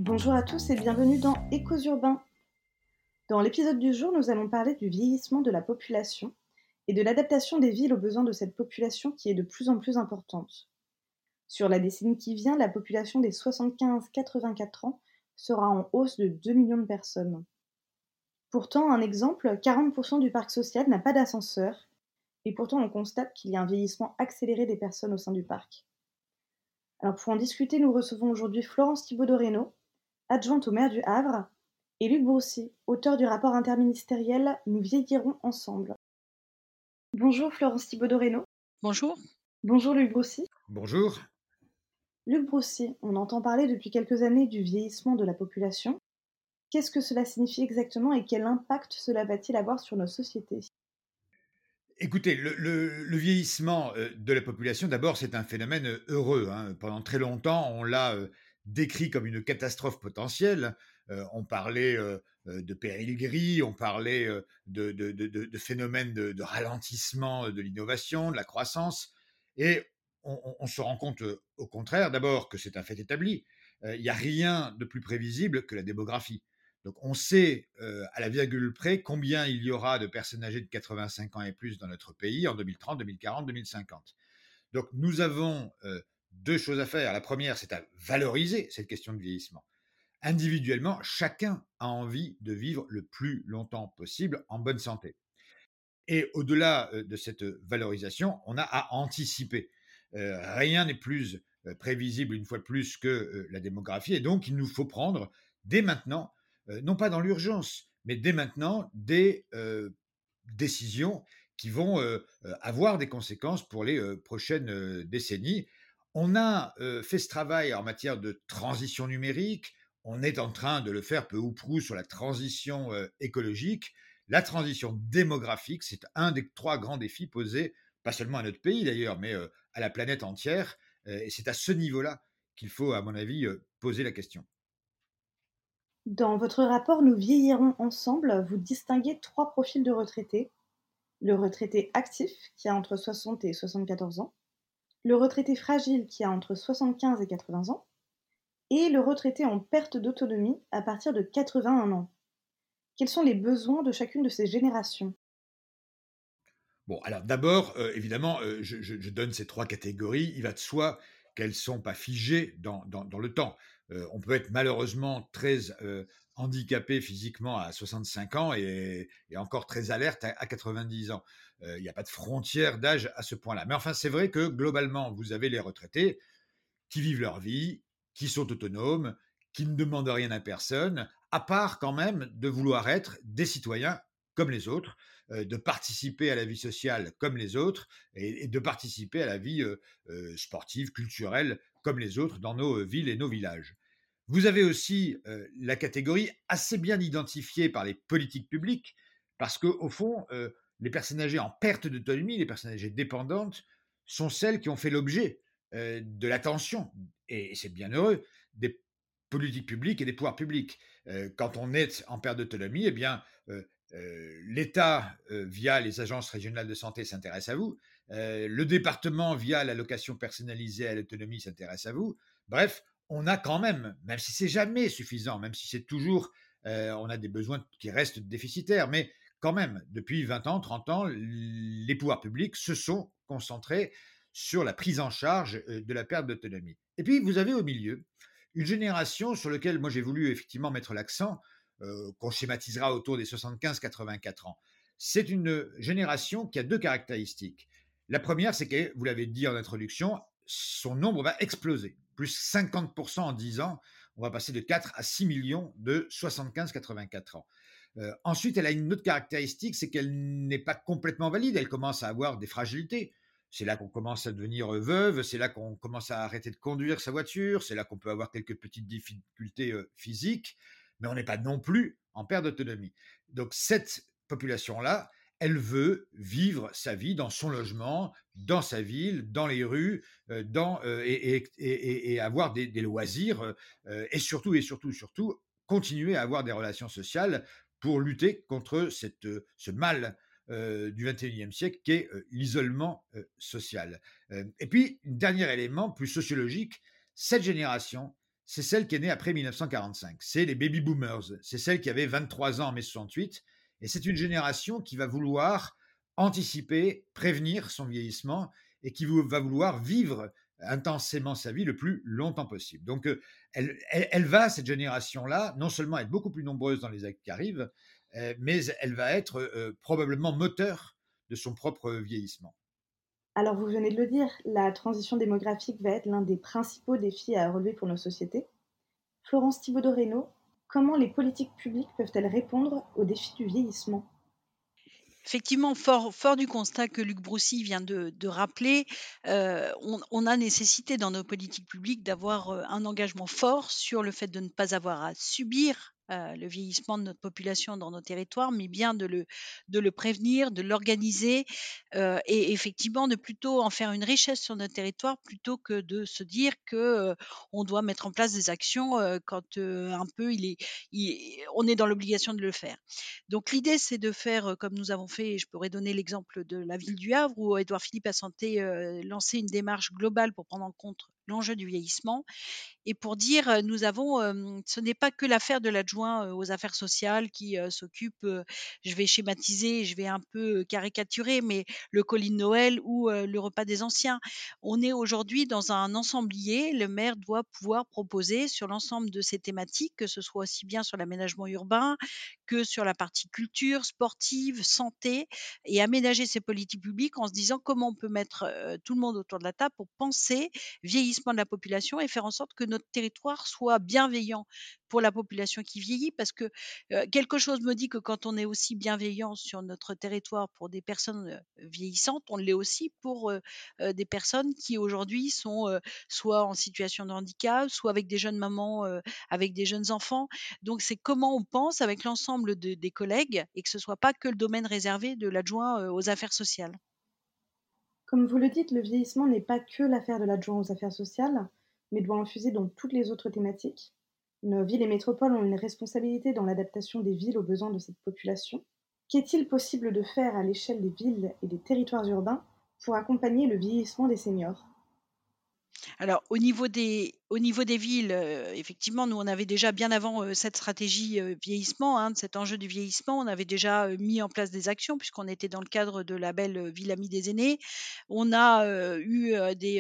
Bonjour à tous et bienvenue dans Échos urbains. Dans l'épisode du jour, nous allons parler du vieillissement de la population et de l'adaptation des villes aux besoins de cette population qui est de plus en plus importante. Sur la décennie qui vient, la population des 75-84 ans sera en hausse de 2 millions de personnes. Pourtant, un exemple, 40% du parc social n'a pas d'ascenseur et pourtant on constate qu'il y a un vieillissement accéléré des personnes au sein du parc. Alors pour en discuter, nous recevons aujourd'hui Florence Thibaud-Doreno, adjointe au maire du Havre, et Luc Broussy, auteur du rapport interministériel Nous vieillirons ensemble. Bonjour Florence Thibaud-Doreno. Bonjour. Bonjour Luc Broussy. Bonjour. Luc Broussy, on entend parler depuis quelques années du vieillissement de la population. Qu'est-ce que cela signifie exactement et quel impact cela va-t-il avoir sur nos sociétés ? Écoutez, le vieillissement de la population, d'abord, c'est un phénomène heureux. Pendant très longtemps, on l'a décrit comme une catastrophe potentielle. On parlait de péril gris, on parlait de phénomènes de ralentissement de l'innovation, de la croissance. Et on se rend compte, au contraire, d'abord, que c'est un fait établi. Il n'y a rien de plus prévisible que la démographie. Donc on sait à la virgule près combien il y aura de personnes âgées de 85 ans et plus dans notre pays en 2030, 2040, 2050. Donc nous avons deux choses à faire. La première, c'est à valoriser cette question de vieillissement. Individuellement, chacun a envie de vivre le plus longtemps possible en bonne santé. Et au-delà de cette valorisation, on a à anticiper. Rien n'est plus prévisible une fois de plus que la démographie. Et donc, il nous faut prendre dès maintenant, non pas dans l'urgence, mais dès maintenant, des décisions qui vont avoir des conséquences pour les prochaines décennies. On a fait ce travail en matière de transition numérique. On est en train de le faire peu ou prou sur la transition écologique. La transition démographique, c'est un des trois grands défis posés, pas seulement à notre pays d'ailleurs, mais à la planète entière. Et c'est à ce niveau-là qu'il faut, à mon avis, poser la question. Dans votre rapport Nous vieillirons ensemble, vous distinguez 3 profils de retraités. Le retraité actif, qui a entre 60 et 74 ans, le retraité fragile, qui a entre 75 et 80 ans, et le retraité en perte d'autonomie à partir de 81 ans. Quels sont les besoins de chacune de ces générations ? Bon, alors d'abord, évidemment, je donne ces trois catégories. Il va de soi qu'elles ne sont pas figées dans le temps. On peut être malheureusement très handicapé physiquement à 65 ans et encore très alerte à 90 ans. Il n'y a pas de frontière d'âge à ce point-là. Mais enfin, c'est vrai que globalement, vous avez les retraités qui vivent leur vie, qui sont autonomes, qui ne demandent rien à personne, à part quand même de vouloir être des citoyens comme les autres, de participer à la vie sociale comme les autres et de participer à la vie sportive, culturelle comme les autres dans nos villes et nos villages. Vous avez aussi la catégorie assez bien identifiée par les politiques publiques, parce qu'au fond, les personnes âgées en perte d'autonomie, les personnes âgées dépendantes, sont celles qui ont fait l'objet de l'attention, et c'est bien heureux, des politiques publiques et des pouvoirs publics. Quand on est en perte d'autonomie, eh bien, l'État, via les agences régionales de santé, s'intéresse à vous. Le département, via l'allocation personnalisée à l'autonomie, s'intéresse à vous. Bref, on a quand même si c'est jamais suffisant, même si c'est toujours, on a des besoins qui restent déficitaires, mais quand même, depuis 20 ans, 30 ans, les pouvoirs publics se sont concentrés sur la prise en charge de la perte d'autonomie. Et puis, vous avez au milieu une génération sur laquelle moi j'ai voulu effectivement mettre l'accent, qu'on schématisera autour des 75-84 ans. C'est une génération qui a deux caractéristiques. La première, c'est que, vous l'avez dit en introduction, son nombre va exploser. Plus 50% en 10 ans, on va passer de 4 à 6 millions de 75-84 ans. Ensuite, elle a une autre caractéristique, c'est qu'elle n'est pas complètement valide, elle commence à avoir des fragilités. C'est là qu'on commence à devenir veuve, c'est là qu'on commence à arrêter de conduire sa voiture, c'est là qu'on peut avoir quelques petites difficultés physiques, mais on n'est pas non plus en perte d'autonomie. Donc cette population-là, elle veut vivre sa vie dans son logement, dans sa ville, dans les rues, et avoir des loisirs, et surtout, continuer à avoir des relations sociales pour lutter contre ce mal du 21e siècle qui est l'isolement social. Et puis, un dernier élément plus sociologique, cette génération, c'est celle qui est née après 1945. C'est les baby boomers. C'est celle qui avait 23 ans en mai 68. Et c'est une génération qui va vouloir anticiper, prévenir son vieillissement et qui va vouloir vivre intensément sa vie le plus longtemps possible. Donc, elle va, cette génération-là, non seulement être beaucoup plus nombreuse dans les années qui arrivent, mais elle va être probablement moteur de son propre vieillissement. Alors vous venez de le dire, la transition démographique va être l'un des principaux défis à relever pour nos sociétés. Florence Thibaudot-Reynaud, comment les politiques publiques peuvent-elles répondre aux défis du vieillissement? Effectivement, fort du constat que Luc Broussy vient de rappeler, on a nécessité dans nos politiques publiques d'avoir, un engagement fort sur le fait de ne pas avoir à subir, le vieillissement de notre population dans nos territoires, mais bien de le prévenir, de l'organiser, et effectivement de plutôt en faire une richesse sur notre territoire plutôt que de se dire que, on doit mettre en place des actions, quand, un peu on est dans l'obligation de le faire. Donc l'idée, c'est de faire, comme nous avons fait, et je pourrais donner l'exemple de la ville du Havre où Édouard Philippe a lancé une démarche globale pour prendre en compte l'enjeu du vieillissement et pour dire, nous avons, ce n'est pas que l'affaire de l'adjoint, aux affaires sociales qui, s'occupe, je vais schématiser, je vais un peu, caricaturer, mais le colis de Noël ou, le repas des anciens. On est aujourd'hui dans un ensemblier. Le maire doit pouvoir proposer sur l'ensemble de ces thématiques, que ce soit aussi bien sur l'aménagement urbain que sur la partie culture, sportive, santé et aménager ces politiques publiques en se disant comment on peut mettre, tout le monde autour de la table pour penser vieillissement de la population et faire en sorte que notre territoire soit bienveillant pour la population qui vieillit. Parce que quelque chose me dit que quand on est aussi bienveillant sur notre territoire pour des personnes vieillissantes, on l'est aussi pour des personnes qui aujourd'hui sont soit en situation de handicap, soit avec des jeunes mamans, avec des jeunes enfants. Donc c'est comment on pense avec l'ensemble des collègues et que ce soit pas que le domaine réservé de l'adjoint aux affaires sociales. Comme vous le dites, le vieillissement n'est pas que l'affaire de l'adjoint aux affaires sociales, mais doit infuser dans toutes les autres thématiques. Nos villes et métropoles ont une responsabilité dans l'adaptation des villes aux besoins de cette population. Qu'est-il possible de faire à l'échelle des villes et des territoires urbains pour accompagner le vieillissement des seniors? Alors au niveau des villes, effectivement, nous on avait déjà bien avant, cette stratégie, vieillissement, hein, de cet enjeu du vieillissement, on avait déjà, mis en place des actions puisqu'on était dans le cadre de label, Ville Amie des aînés. On a, eu,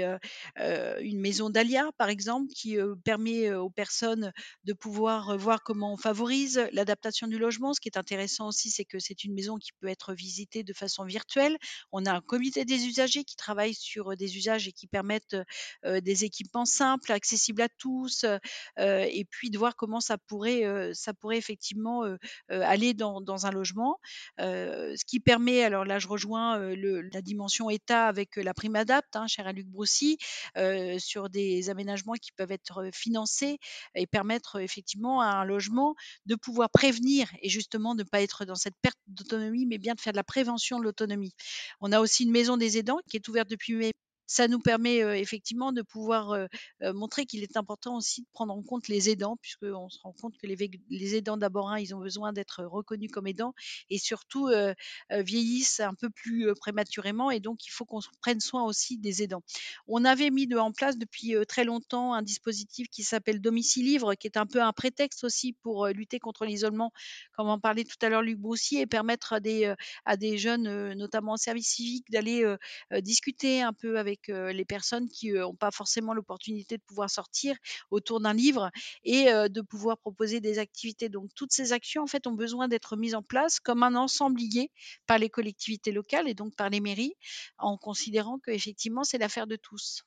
une maison Dahlia par exemple qui, permet, aux personnes de pouvoir, voir comment on favorise l'adaptation du logement. Ce qui est intéressant aussi, c'est que c'est une maison qui peut être visitée de façon virtuelle. On a un comité des usagers qui travaille sur, des usages et qui permettent, des équipements simples, accessibles à tous, et puis de voir comment ça pourrait effectivement, aller dans un logement. Ce qui permet alors là je rejoins, la dimension État avec, la prime Adapt, hein, chère à Luc Broussy, sur des aménagements qui peuvent être, financés et permettre, effectivement à un logement de pouvoir prévenir et justement de ne pas être dans cette perte d'autonomie, mais bien de faire de la prévention de l'autonomie. On a aussi une maison des aidants qui est ouverte depuis mai. Ça nous permet, effectivement de pouvoir, montrer qu'il est important aussi de prendre en compte les aidants, puisqu'on se rend compte que les aidants d'abord, hein, ils ont besoin d'être reconnus comme aidants et surtout, vieillissent un peu plus, prématurément et donc il faut qu'on prenne soin aussi des aidants. On avait mis en place depuis, très longtemps un dispositif qui s'appelle Domicile Livre, qui est un peu un prétexte aussi pour, lutter contre l'isolement, comme en parlait tout à l'heure Luc Broussier et permettre à des jeunes, notamment en service civique d'aller, discuter un peu avec, les personnes qui, ont pas forcément l'opportunité de pouvoir sortir autour d'un livre et de pouvoir proposer des activités. Donc toutes ces actions, en fait, ont besoin d'être mises en place comme un ensemblier par les collectivités locales et donc par les mairies, en considérant qu'effectivement, c'est l'affaire de tous.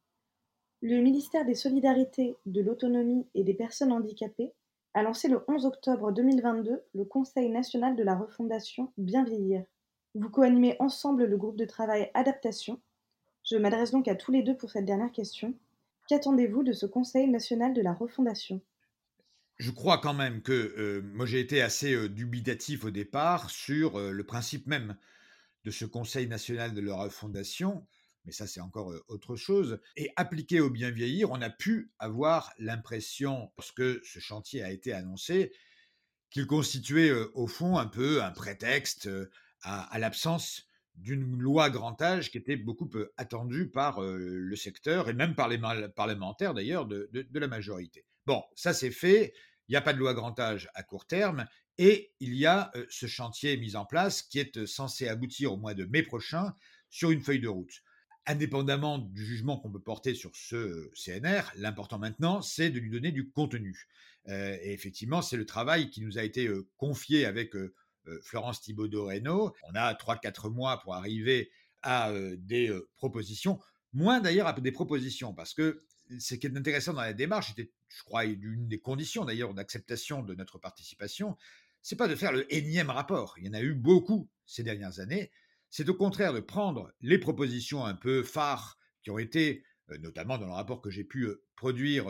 Le ministère des Solidarités, de l'Autonomie et des Personnes handicapées a lancé le 11 octobre 2022 le Conseil national de la refondation Bien vieillir. Vous co-animez ensemble le groupe de travail Adaptation. Je m'adresse donc à tous les deux pour cette dernière question. Qu'attendez-vous de ce Conseil national de la refondation? Je crois quand même que moi j'ai été assez dubitatif au départ sur le principe même de ce Conseil national de la refondation, mais ça c'est encore autre chose. Et appliqué au bien vieillir, on a pu avoir l'impression, lorsque ce chantier a été annoncé, qu'il constituait au fond un peu un prétexte à l'absence d'une loi grand âge qui était beaucoup attendue par le secteur et même par les parlementaires d'ailleurs de la majorité. Bon, ça c'est fait, il n'y a pas de loi grand âge à court terme, et il y a ce chantier mis en place qui est censé aboutir au mois de mai prochain sur une feuille de route. Indépendamment du jugement qu'on peut porter sur ce CNR, l'important maintenant, c'est de lui donner du contenu. Et effectivement, c'est le travail qui nous a été confié avec Florence Thibaudot-Reynaud. On a 3-4 mois pour arriver à des propositions, moins d'ailleurs à des propositions, parce que ce qui est intéressant dans la démarche, c'était, je crois, une des conditions d'ailleurs d'acceptation de notre participation, c'est pas de faire le énième rapport. Il y en a eu beaucoup ces dernières années. C'est au contraire de prendre les propositions un peu phares qui ont été, notamment dans le rapport que j'ai pu produire,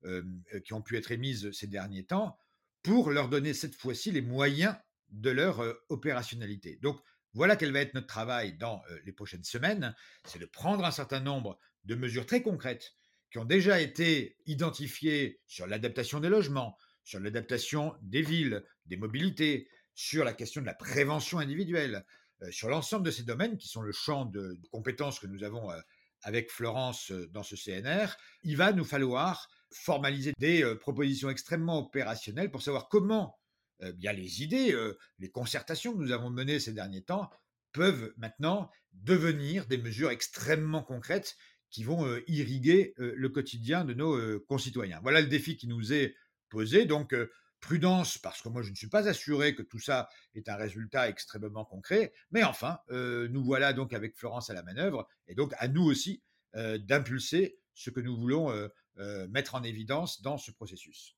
qui ont pu être émises ces derniers temps, pour leur donner cette fois-ci les moyens de leur opérationnalité. Donc, voilà quel va être notre travail dans les prochaines semaines, c'est de prendre un certain nombre de mesures très concrètes qui ont déjà été identifiées sur l'adaptation des logements, sur l'adaptation des villes, des mobilités, sur la question de la prévention individuelle, sur l'ensemble de ces domaines qui sont le champ de compétences que nous avons avec Florence dans ce CNR. Il va nous falloir formaliser des propositions extrêmement opérationnelles pour savoir comment bien les idées, les concertations que nous avons menées ces derniers temps peuvent maintenant devenir des mesures extrêmement concrètes qui vont irriguer le quotidien de nos concitoyens. Voilà le défi qui nous est posé. Donc, prudence, parce que moi, je ne suis pas assuré que tout ça est un résultat extrêmement concret. Mais enfin, nous voilà donc avec Florence à la manœuvre. Et donc, à nous aussi d'impulser ce que nous voulons mettre en évidence dans ce processus.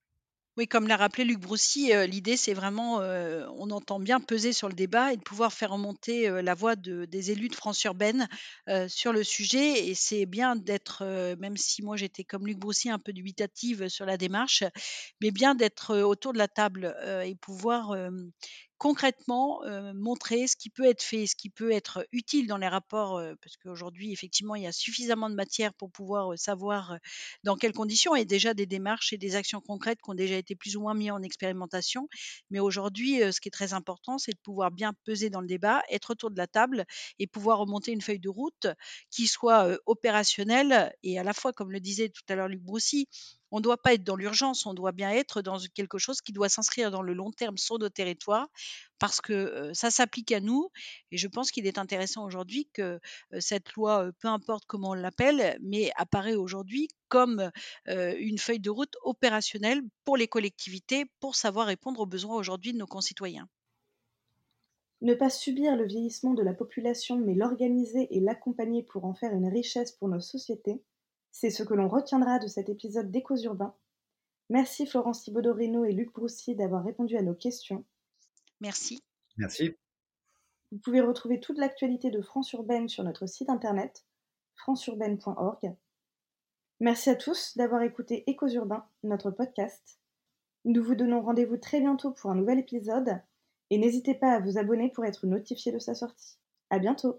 Oui, comme l'a rappelé Luc Broussy, l'idée c'est vraiment, on entend bien peser sur le débat et de pouvoir faire remonter, la voix des élus de France urbaine, sur le sujet et c'est bien d'être, même si moi j'étais comme Luc Broussy un peu dubitative sur la démarche, mais bien d'être, autour de la table, et pouvoir, concrètement, montrer ce qui peut être fait, ce qui peut être utile dans les rapports, parce qu'aujourd'hui effectivement il y a suffisamment de matière pour pouvoir, savoir, dans quelles conditions et déjà des démarches et des actions concrètes qui ont déjà été plus ou moins mis en expérimentation. Mais aujourd'hui, ce qui est très important, c'est de pouvoir bien peser dans le débat, être autour de la table et pouvoir remonter une feuille de route qui soit, opérationnelle et à la fois, comme le disait tout à l'heure Luc Broussy, on ne doit pas être dans l'urgence, on doit bien être dans quelque chose qui doit s'inscrire dans le long terme sur nos territoires parce que, ça s'applique à nous et je pense qu'il est intéressant aujourd'hui que, cette loi, peu importe comment on l'appelle, mais apparaît aujourd'hui comme, une feuille de route opérationnelle pour les collectivités, pour savoir répondre aux besoins aujourd'hui de nos concitoyens. Ne pas subir le vieillissement de la population, mais l'organiser et l'accompagner pour en faire une richesse pour nos sociétés, c'est ce que l'on retiendra de cet épisode d'Échos urbains. Merci Florence Thibaudot-Reynaud et Luc Broussy d'avoir répondu à nos questions. Merci. Merci. Vous pouvez retrouver toute l'actualité de France Urbaine sur notre site internet franceurbaine.org. Merci à tous d'avoir écouté Échos urbains, notre podcast. Nous vous donnons rendez-vous très bientôt pour un nouvel épisode et n'hésitez pas à vous abonner pour être notifié de sa sortie. À bientôt!